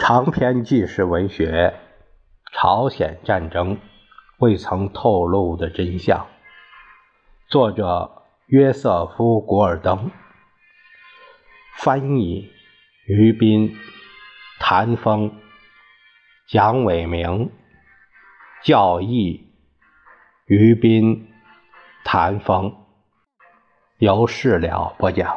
长篇纪实文学《朝鲜战争未曾透露的真相》，作者约瑟夫·古尔登，翻译于斌、谭峰、蒋伟明，校译于斌、谭峰，由事了播讲。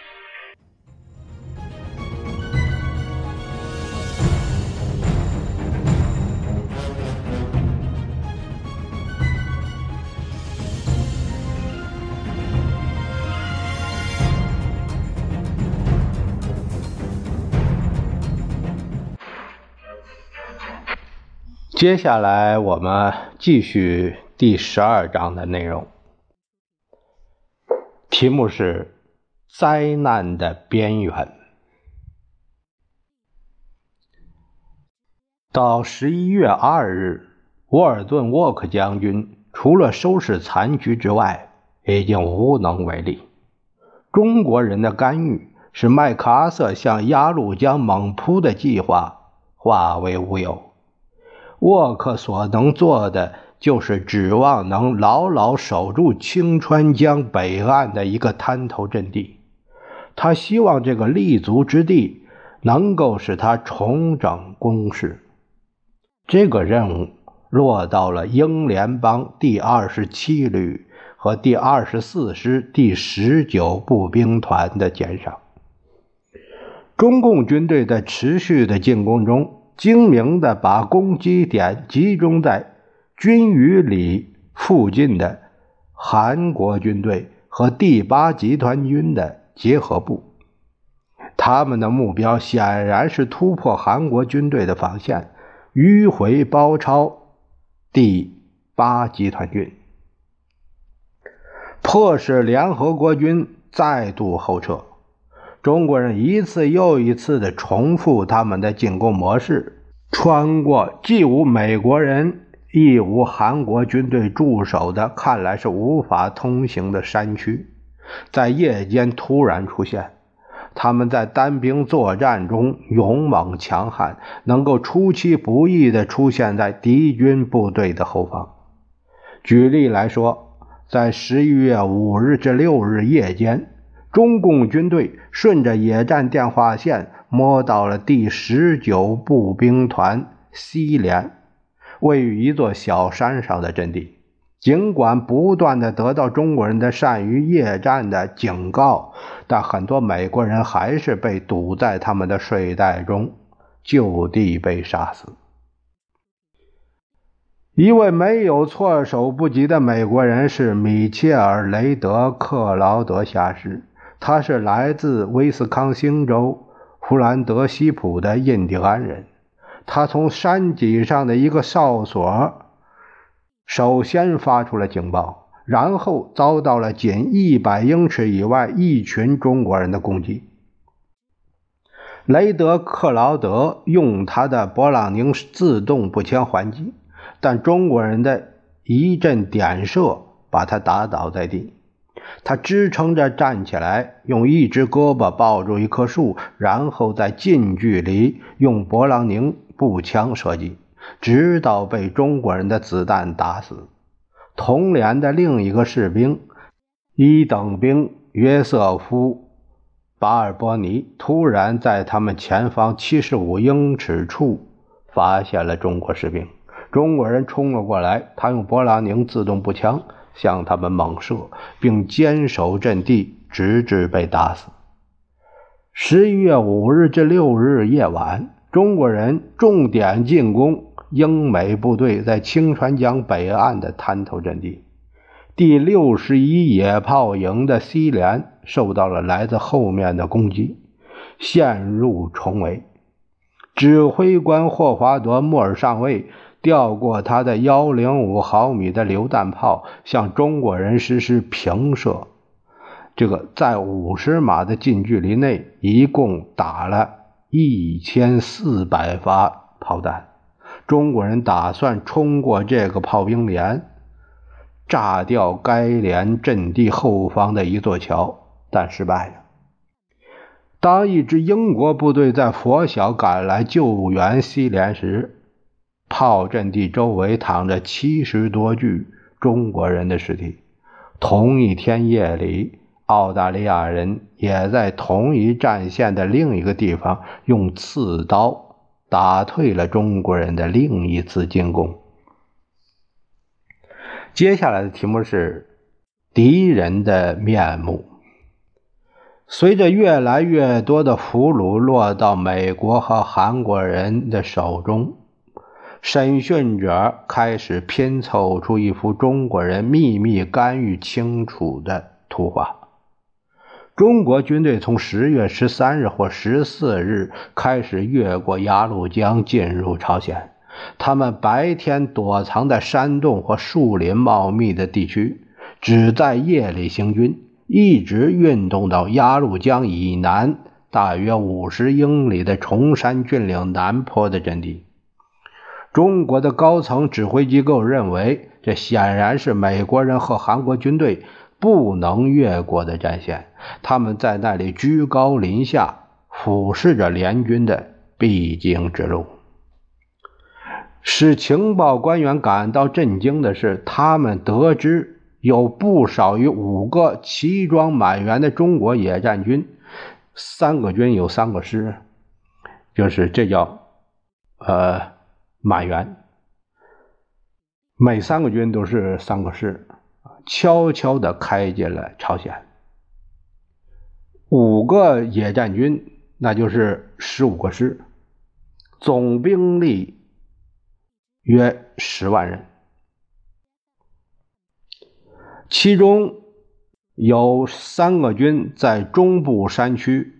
接下来我们继续第12章的内容，题目是灾难的边缘。到11月2日，沃尔顿沃克将军除了收拾残局之外，已经无能为力。中国人的干预使麦克阿瑟向鸭绿江猛扑的计划化为乌有。沃克所能做的就是指望能牢牢守住清川江北岸的一个滩头阵地。他希望这个立足之地能够使他重整攻势。这个任务落到了英联邦第27旅和第24师第19步兵团的肩上。中共军队在持续的进攻中，精明地把攻击点集中在军隅里附近的韩国军队和第8集团军的结合部。他们的目标显然是突破韩国军队的防线，迂回包抄第8集团军，迫使联合国军再度后撤。中国人一次又一次地重复他们的进攻模式，穿过既无美国人亦无韩国军队驻守的看来是无法通行的山区，在夜间突然出现。他们在单兵作战中勇猛强悍，能够出其不意地出现在敌军部队的后方。举例来说，在11月5日至6日夜间，中共军队顺着野战电话线摸到了第19步兵团西连位于一座小山上的阵地。尽管不断地得到中国人的善于夜战的警告，但很多美国人还是被堵在他们的睡袋中，就地被杀死。一位没有措手不及的美国人是米切尔·雷德克劳德下士，他是来自威斯康星州弗兰德西普的印第安人。他从山脊上的一个哨所首先发出了警报，然后遭到了仅100英尺以外一群中国人的攻击。雷德克劳德用他的勃朗宁自动步枪还击，但中国人的一阵点射把他打倒在地。他支撑着站起来，用一只胳膊抱住一棵树，然后在近距离用勃朗宁步枪射击，直到被中国人的子弹打死。同连的另一个士兵一等兵约瑟夫·巴尔波尼突然在他们前方75英尺处发现了中国士兵。中国人冲了过来，他用勃朗宁自动步枪向他们猛射，并坚守阵地直至被打死。11月5日至6日夜晚，中国人重点进攻英美部队在清川江北岸的滩头阵地。第61野炮营的西连受到了来自后面的攻击，陷入重围。指挥官霍华德·莫尔上尉调过他的105毫米的榴弹炮，向中国人实施平射。在50码的近距离内，一共打了1400发炮弹。中国人打算冲过这个炮兵连，炸掉该连阵地后方的一座桥，但失败了。 当一支英国部队在拂晓赶来救援西连时，炮阵地周围躺着70多具中国人的尸体。同一天夜里，澳大利亚人也在同一战线的另一个地方用刺刀打退了中国人的另一次进攻。接下来的题目是敌人的面目。随着越来越多的俘虏落到美国和韩国人的手中，审讯者开始拼凑出一幅中国人秘密干预清楚的图画。中国军队从10月13日或14日开始越过鸭绿江进入朝鲜，他们白天躲藏在山洞或树林茂密的地区，只在夜里行军，一直运动到鸭绿江以南大约50英里的崇山峻岭南坡的阵地。中国的高层指挥机构认为，这显然是美国人和韩国军队不能越过的战线，他们在那里居高临下，俯视着联军的必经之路。使情报官员感到震惊的是，他们得知有不少于5个齐装满员的中国野战军，3个军有3个师，就是这叫满员，每3个军都是3个师，悄悄地开进了朝鲜。5个野战军，那就是15个师，总兵力约10万人，其中有3个军在中部山区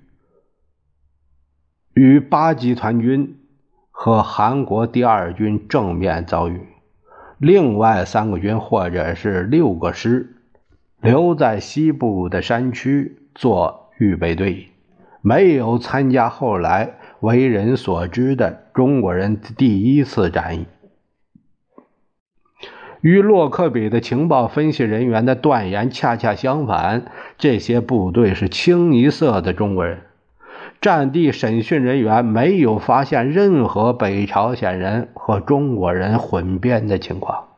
与8集团军和韩国第2军正面遭遇，另外3个军或者是6个师留在西部的山区做预备队，没有参加后来为人所知的中国人第1次战役。与洛克比的情报分析人员的断言恰恰相反，这些部队是清一色的中国人。战地审讯人员没有发现任何北朝鲜人和中国人混编的情况。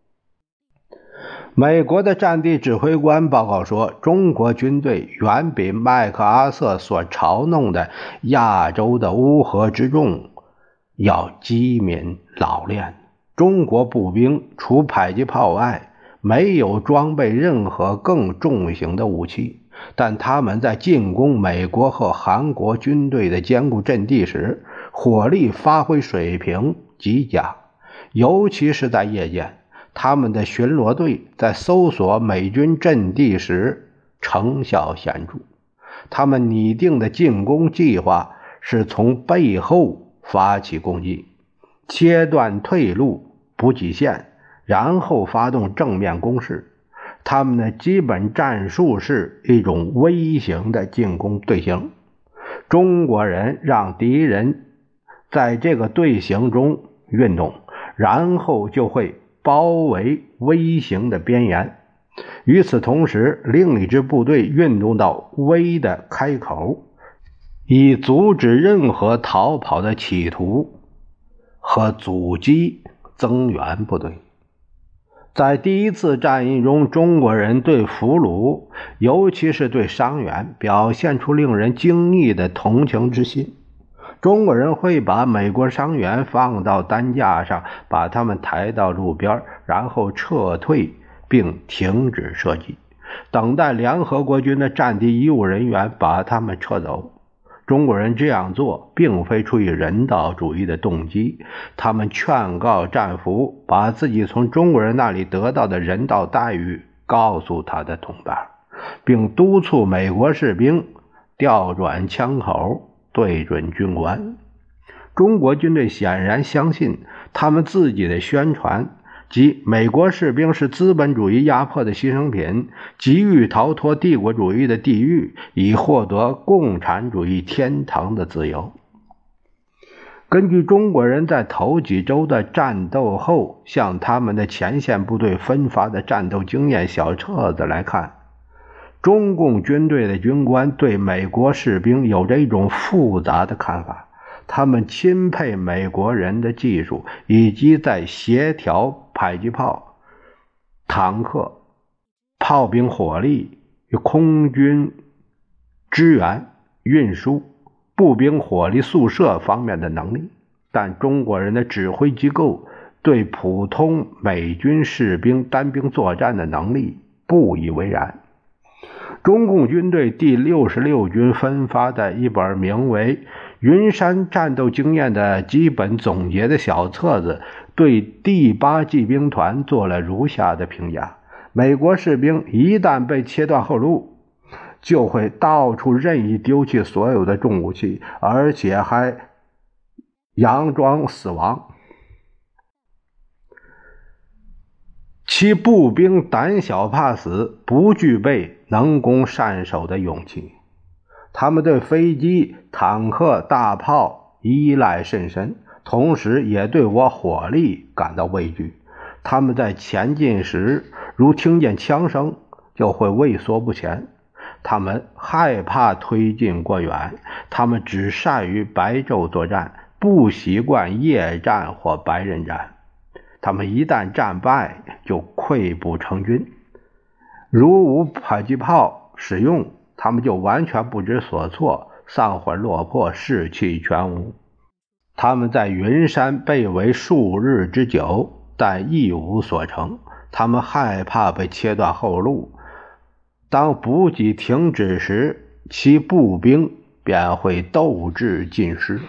美国的战地指挥官报告说，中国军队远比麦克阿瑟所嘲弄的亚洲的乌合之众要机敏老练。中国步兵除迫击炮外，没有装备任何更重型的武器，但他们在进攻美国和韩国军队的坚固阵地时，火力发挥水平极佳，尤其是在夜间，他们的巡逻队在搜索美军阵地时成效显著。他们拟定的进攻计划是从背后发起攻击，切断退路补给线，然后发动正面攻势。他们的基本战术是一种微型的进攻队形，中国人让敌人在这个队形中运动，然后就会包围微型的边缘。与此同时，另一支部队运动到微的开口，以阻止任何逃跑的企图和阻击增援部队。在第1次战役中，中国人对俘虏，尤其是对伤员，表现出令人惊异的同情之心。中国人会把美国伤员放到担架上，把他们抬到路边，然后撤退并停止射击，等待联合国军的战地医务人员把他们撤走。中国人这样做并非出于人道主义的动机，他们劝告战俘把自己从中国人那里得到的人道待遇告诉他的同伴，并督促美国士兵调转枪口对准军官。中国军队显然相信他们自己的宣传，即美国士兵是资本主义压迫的牺牲品，急于逃脱帝国主义的地狱，以获得共产主义天堂的自由。根据中国人在头几周的战斗后向他们的前线部队分发的战斗经验小册子来看， 中共军队的军官对美国士兵有着一种复杂的看法，他们钦佩美国人的技术，以及在协调迫击炮、坦克、炮兵火力与空军支援、运输、步兵火力宿舍方面的能力。但中国人的指挥机构对普通美军士兵单兵作战的能力不以为然。中共军队第66军分发的一本名为《云山战斗经验的基本总结》的小册子对第8骑兵团做了如下的评价：美国士兵一旦被切断后路，就会到处任意丢弃所有的重武器，而且还佯装死亡。其步兵胆小怕死，不具备能攻善守的勇气。他们对飞机、坦克、大炮依赖甚深，同时也对我火力感到畏惧。他们在前进时，如听见枪声，就会畏缩不前。他们害怕推进过远，他们只善于白昼作战，不习惯夜战或白刃战。他们一旦战败，就溃不成军。如无迫击炮使用，他们就完全不知所措，丧魂落魄，士气全无。他们在云山被围数日之久，但一无所成。他们害怕被切断后路，当补给停止时，其步兵便会斗志尽失。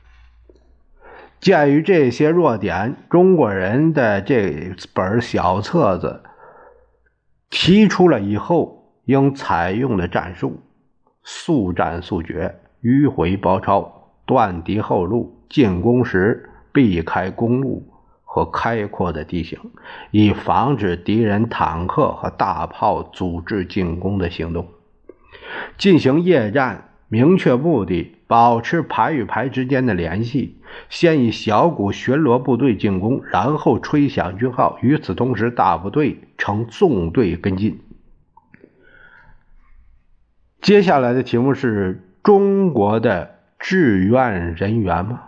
鉴于这些弱点，中国人的这本小册子提出了以后应采用的战术：速战速决，迂回包抄，断敌后路，进攻时避开公路和开阔的地形，以防止敌人坦克和大炮组织进攻的行动。进行夜战，明确目的，保持排与排之间的联系，先以小股巡逻部队进攻，然后吹响军号，与此同时大部队呈纵队跟进。接下来的题目是：中国的志愿人员吗？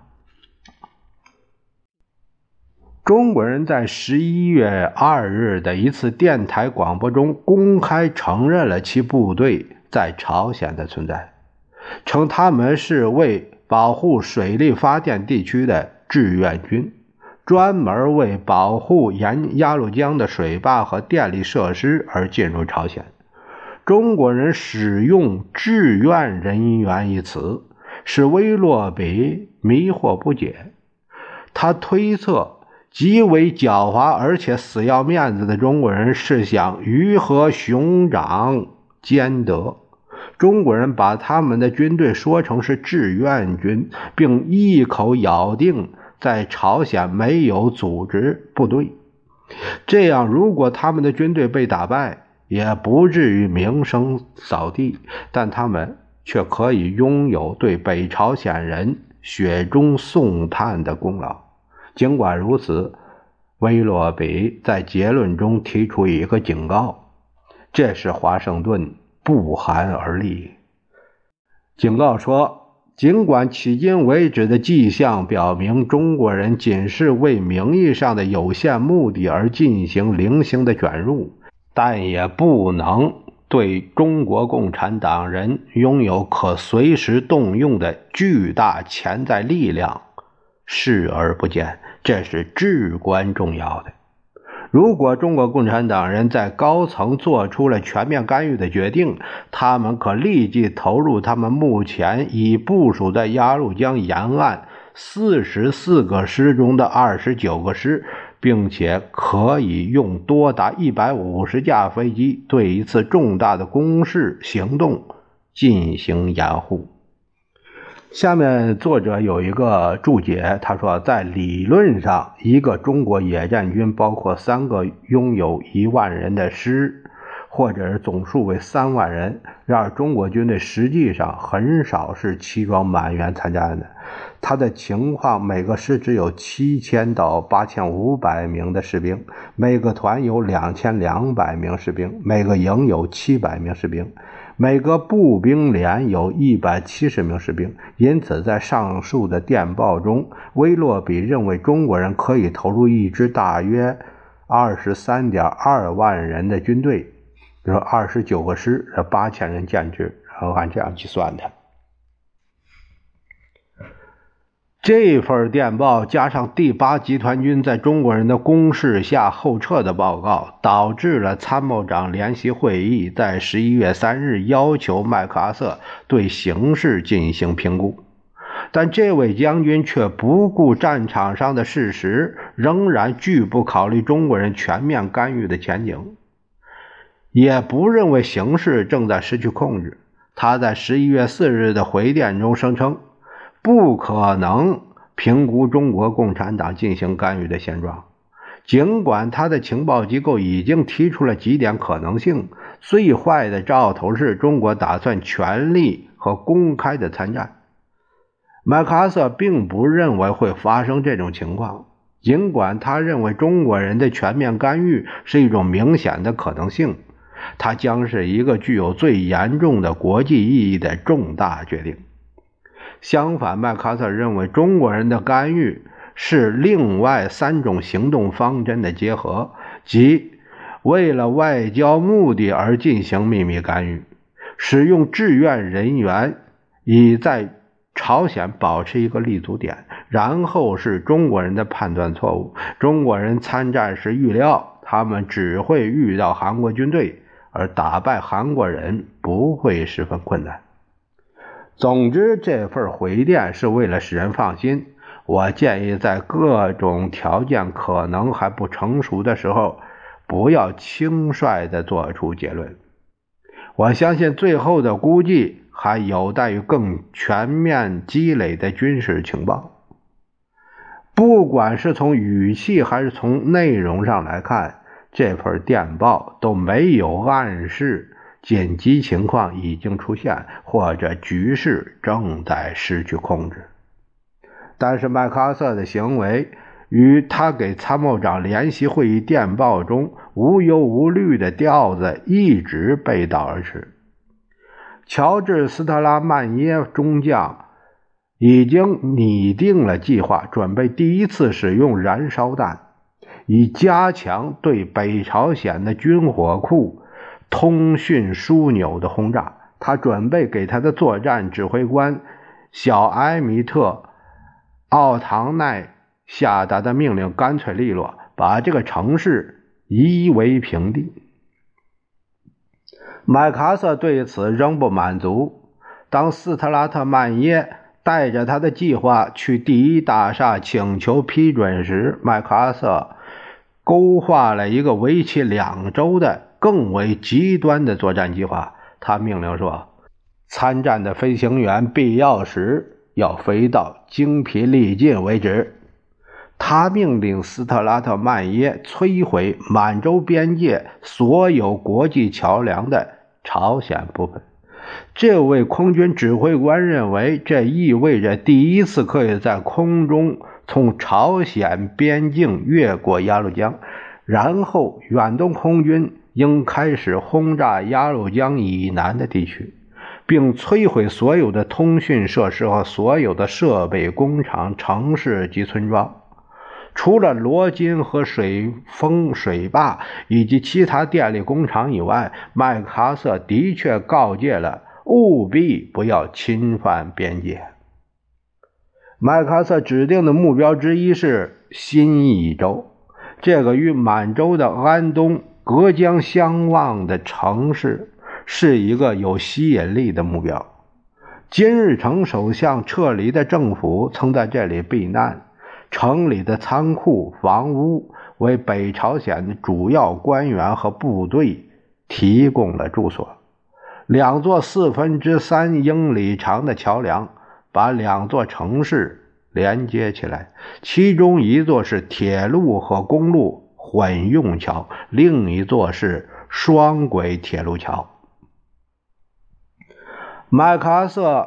中国人在11月2日的一次电台广播中公开承认了其部队在朝鲜的存在，称他们是为保护水力发电地区的志愿军，专门为保护沿鸭绿江的水坝和电力设施而进入朝鲜。中国人使用志愿人员一词，使威洛比迷惑不解。他推测极为狡猾而且死要面子的中国人是想鱼和熊掌兼得。中国人把他们的军队说成是志愿军，并一口咬定在朝鲜没有组织部队。这样，如果他们的军队被打败，也不至于名声扫地，但他们却可以拥有对北朝鲜人雪中送炭的功劳。尽管如此，威洛比在结论中提出一个警告，这使华盛顿不寒而栗。警告说，尽管迄今为止的迹象表明中国人仅是为名义上的有限目的而进行零星的卷入，但也不能对中国共产党人拥有可随时动用的巨大潜在力量视而不见，这是至关重要的。如果中国共产党人在高层做出了全面干预的决定，他们可立即投入他们目前已部署在鸭绿江沿岸44个师中的29个师，并且可以用多达150架飞机对一次重大的攻势行动进行掩护。下面作者有一个注解，他说，在理论上，一个中国野战军包括3个拥有1万人的师，或者是总数为3万人。然而中国军队实际上很少是齐装满员参加的， 他的情况，每个师只有7000到8500名的士兵，每个团有2200名士兵，每个营有700名士兵，每个步兵连有170名士兵。因此在上述的电报中，威洛比认为中国人可以投入一支大约23.2万人的军队，比如29个师，8000人建制，然后按这样计算的。这份电报加上第8集团军在中国人的攻势下后撤的报告，导致了参谋长联席会议在11月3日要求麦克阿瑟对形势进行评估。但这位将军却不顾战场上的事实，仍然拒不考虑中国人全面干预的前景，也不认为形势正在失去控制。他在11月4日的回电中声称，不可能评估中国共产党进行干预的现状。尽管他的情报机构已经提出了几点可能性，最坏的兆头是中国打算全力和公开的参战。麦克阿瑟并不认为会发生这种情况，尽管他认为中国人的全面干预是一种明显的可能性，它将是一个具有最严重的国际意义的重大决定。相反，麦克阿瑟认为中国人的干预是另外3种行动方针的结合，即为了外交目的而进行秘密干预，使用志愿人员以在朝鲜保持一个立足点，然后是中国人的判断错误。中国人参战时预料他们只会遇到韩国军队，而打败韩国人不会十分困难。总之，这份回电是为了使人放心。我建议在各种条件可能还不成熟的时候，不要轻率地做出结论。我相信最后的估计还有待于更全面积累的军事情报。不管是从语气还是从内容上来看，这份电报都没有暗示紧急情况已经出现，或者局势正在失去控制。但是麦克阿瑟的行为与他给参谋长联席会议电报中无忧无虑的调子一直背道而驰。乔治·斯特拉曼耶中将已经拟定了计划，准备第一次使用燃烧弹，以加强对北朝鲜的军火库、通讯枢纽的轰炸。他准备给他的作战指挥官小埃米特·奥唐奈下达的命令干脆利落，把这个城市夷为平地。麦克阿瑟对此仍不满足。当斯特拉特曼耶带着他的计划去第一大厦请求批准时，麦克阿瑟勾画了一个为期2周的更为极端的作战计划。他命令说，参战的飞行员必要时要飞到精疲力尽为止。他命令斯特拉特曼耶摧毁满洲边界所有国际桥梁的朝鲜部分。这位空军指挥官认为，这意味着第一次可以在空中从朝鲜边境越过鸭绿江，然后远东空军应开始轰炸鸭绿江以南的地区，并摧毁所有的通讯设施和所有的设备工厂、城市及村庄。除了罗金和水丰水坝以及其他电力工厂以外，麦克阿瑟的确告诫了务必不要侵犯边界。麦克阿瑟指定的目标之一是新义州，这个与满洲的安东隔江相望的城市是一个有吸引力的目标。金日成首相撤离的政府曾在这里避难，城里的仓库、房屋为北朝鲜的主要官员和部队提供了住所。2座3/4英里长的桥梁把2座城市连接起来，其中一座是铁路和公路混用桥，另一座是双轨铁路桥。麦克阿瑟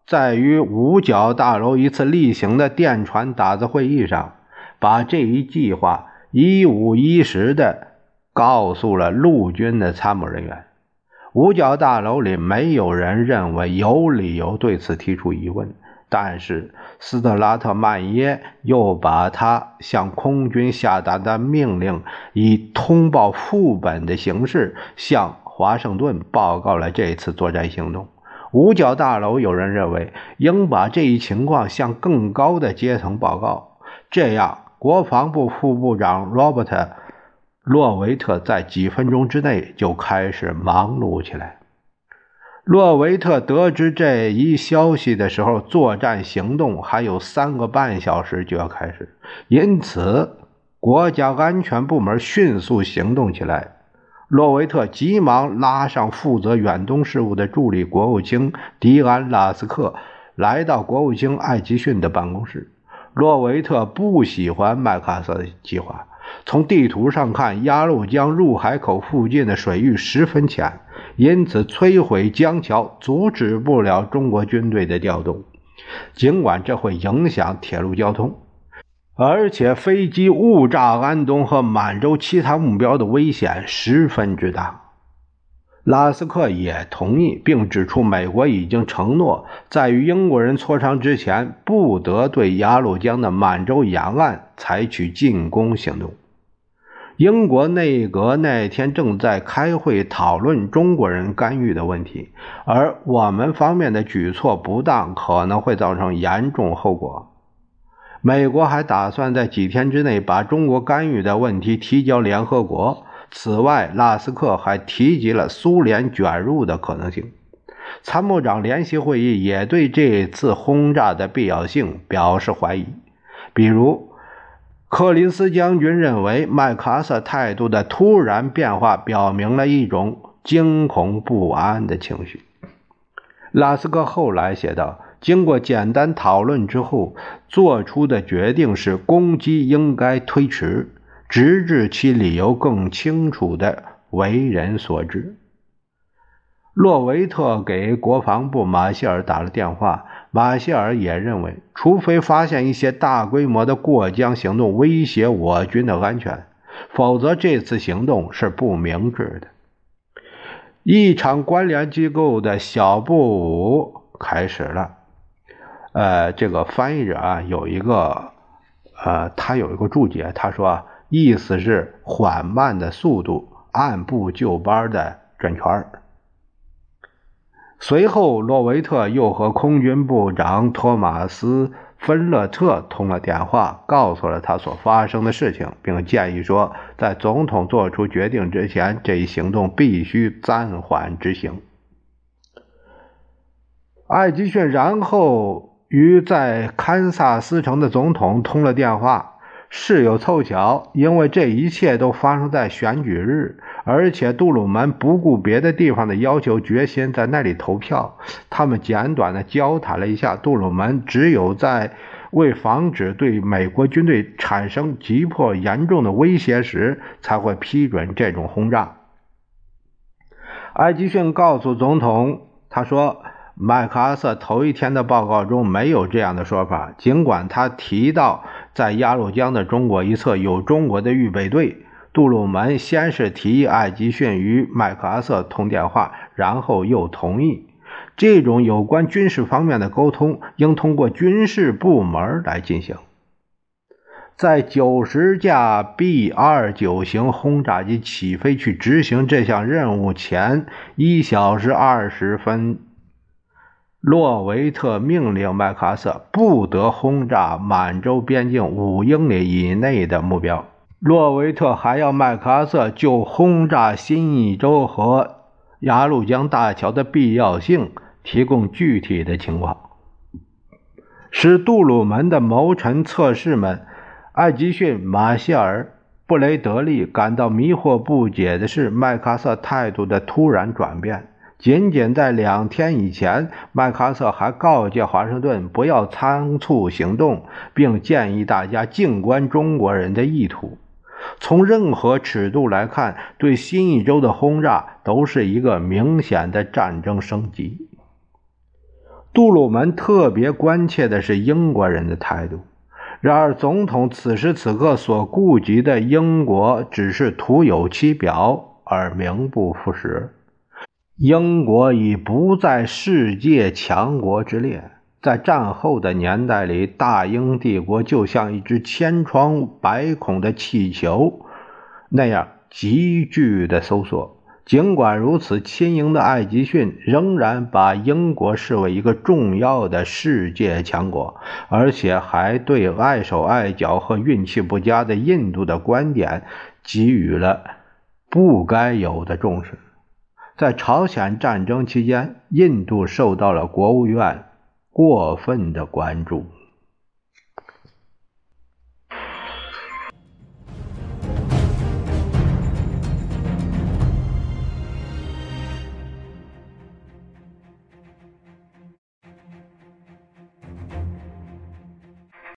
在与五角大楼一次例行的电传打字会议上，把这一计划一五一十地告诉了陆军的参谋人员。五角大楼里没有人认为有理由对此提出疑问，但是斯特拉特曼耶又把他向空军下达的命令以通报副本的形式向华盛顿报告了这次作战行动。五角大楼有人认为应把这一情况向更高的阶层报告，这样国防部副部长 Robert 洛维特在几分钟之内就开始忙碌起来。洛维特得知这一消息的时候，作战行动还有3个半小时就要开始，因此国家安全部门迅速行动起来。洛维特急忙拉上负责远东事务的助理国务卿迪安·拉斯克，来到国务卿艾吉逊的办公室。洛维特不喜欢麦克阿瑟的计划，从地图上看，鸭绿江入海口附近的水域十分浅，因此摧毁江桥阻止不了中国军队的调动，尽管这会影响铁路交通，而且飞机误炸安东和满洲其他目标的危险十分之大。拉斯克也同意，并指出美国已经承诺在与英国人磋商之前不得对鸭绿江的满洲沿岸采取进攻行动。英国内阁那天正在开会讨论中国人干预的问题，而我们方面的举措不当可能会造成严重后果。美国还打算在几天之内把中国干预的问题提交联合国。此外，拉斯克还提及了苏联卷入的可能性。参谋长联席会议也对这次轰炸的必要性表示怀疑，比如柯林斯将军认为麦克阿瑟态度的突然变化表明了一种惊恐不安的情绪。拉斯克后来写道，经过简单讨论之后，做出的决定是攻击应该推迟，直至其理由更清楚地为人所知。洛维特给国防部马歇尔打了电话，马歇尔也认为，除非发现一些大规模的过江行动威胁我军的安全，否则这次行动是不明智的。一场关联机构的小步舞开始了。这个翻译者啊有一个他有一个注解，他说意思是缓慢的速度，按部就班的转圈。随后洛维特又和空军部长托马斯·芬勒特通了电话，告诉了他所发生的事情，并建议说在总统做出决定之前，这一行动必须暂缓执行。艾吉逊然后与在堪萨斯城的总统通了电话。事有凑巧，因为这一切都发生在选举日，而且杜鲁门不顾别的地方的要求，决心在那里投票。他们简短的交谈了一下，杜鲁门只有在为防止对美国军队产生急迫严重的威胁时，才会批准这种轰炸。艾吉逊告诉总统，他说麦克阿瑟头一天的报告中没有这样的说法，尽管他提到在鸭绿江的中国一侧有中国的预备队。杜鲁门先是提议艾吉逊与麦克阿瑟通电话，然后又同意这种有关军事方面的沟通应通过军事部门来进行。在90架 B-29 型轰炸机起飞去执行这项任务前1小时20分，洛维特命令麦克阿瑟不得轰炸满洲边境5英里以内的目标。洛维特还要麦克阿瑟就轰炸新义州和鸭绿江大桥的必要性提供具体的情况。使杜鲁门的谋臣策士们艾吉逊、马歇尔、布雷德利感到迷惑不解的是麦克阿瑟态度的突然转变。仅仅在2天以前，麦克阿瑟还告诫华盛顿不要仓促行动，并建议大家静观中国人的意图。从任何尺度来看，对新义州的轰炸都是一个明显的战争升级。 杜鲁门特别关切的是英国人的态度，然而总统此时此刻所顾及的英国只是徒有其表而名不副实。英国已不在世界强国之列，在战后的年代里，大英帝国就像一只千疮百孔的气球那样急剧的收缩。尽管如此，亲英的艾吉逊仍然把英国视为一个重要的世界强国，而且还对碍手碍脚和运气不佳的印度的观点给予了不该有的重视。在朝鲜战争期间，印度受到了国务院过分的关注。